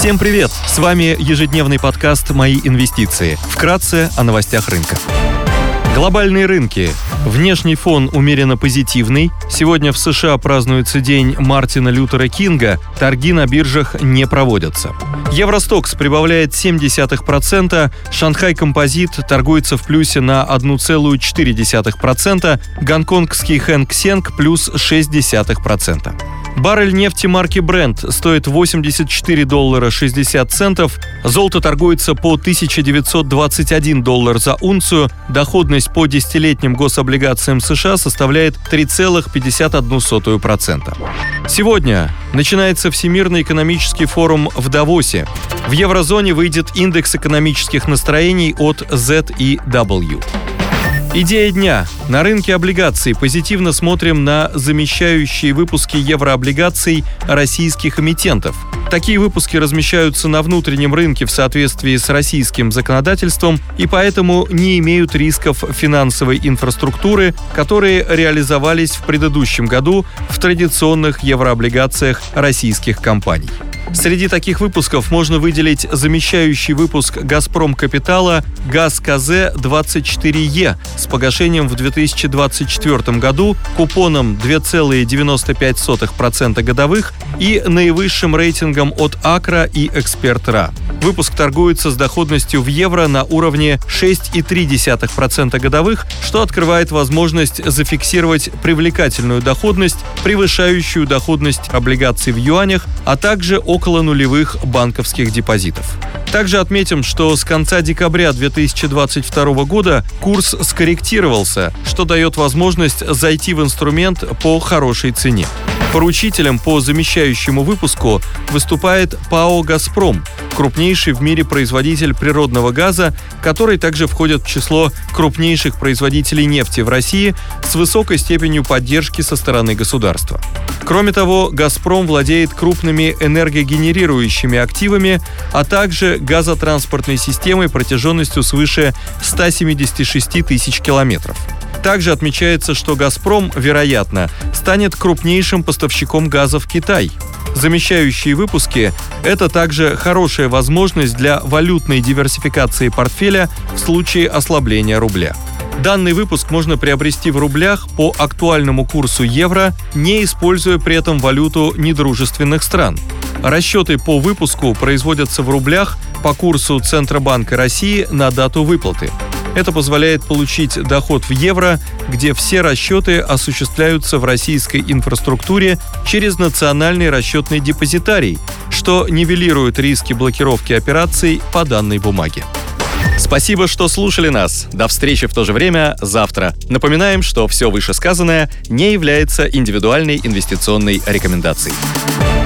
Всем привет! С вами ежедневный подкаст «Мои инвестиции». Вкратце о новостях рынка. Глобальные рынки. Внешний фон умеренно позитивный. Сегодня в США празднуется день Мартина Лютера Кинга. Торги на биржах не проводятся. Евростокс прибавляет 0,7%. Шанхай Композит торгуется в плюсе на 1,4%. Гонконгский Хэнк Сенг плюс 0,6%. Баррель нефти марки Brent стоит $84.60. Золото торгуется по $1921 за унцию. Доходность по десятилетним гособлигациям США составляет 3,51%. Сегодня начинается Всемирный экономический форум в Давосе. В еврозоне выйдет индекс экономических настроений от ZEW. Идея дня. На рынке облигаций позитивно смотрим на замещающие выпуски еврооблигаций российских эмитентов. Такие выпуски размещаются на внутреннем рынке в соответствии с российским законодательством и поэтому не имеют рисков финансовой инфраструктуры, которые реализовались в предыдущем году в традиционных еврооблигациях российских компаний. Среди таких выпусков можно выделить замещающий выпуск «Газпром Капитала» ГАЗ-КЗ-24Е с погашением в 2024 году, купоном 2,95% годовых и наивысшим рейтингом от Акра и Эксперт.РА. Выпуск торгуется с доходностью в евро на уровне 6,3% годовых, что открывает возможность зафиксировать привлекательную доходность, превышающую доходность облигаций в юанях, а также около нулевых банковских депозитов. Также отметим, что с конца декабря 2022 года курс скорректировался, что дает возможность зайти в инструмент по хорошей цене. Поручителем по замещающему выпуску выступает ПАО «Газпром», крупнейший в мире производитель природного газа, который также входит в число крупнейших производителей нефти в России с высокой степенью поддержки со стороны государства. Кроме того, «Газпром» владеет крупными энергогенерирующими активами, а также газотранспортной системой протяженностью свыше 176 тысяч километров. Также отмечается, что «Газпром», вероятно, станет крупнейшим поставщиком газа в Китай. Замещающие выпуски – это также хорошая возможность для валютной диверсификации портфеля в случае ослабления рубля. Данный выпуск можно приобрести в рублях по актуальному курсу евро, не используя при этом валюту недружественных стран. Расчеты по выпуску производятся в рублях по курсу Центробанка России на дату выплаты. Это позволяет получить доход в евро, где все расчеты осуществляются в российской инфраструктуре через национальный расчетный депозитарий, что нивелирует риски блокировки операций по данной бумаге. Спасибо, что слушали нас. До встречи в то же время завтра. Напоминаем, что все вышесказанное не является индивидуальной инвестиционной рекомендацией.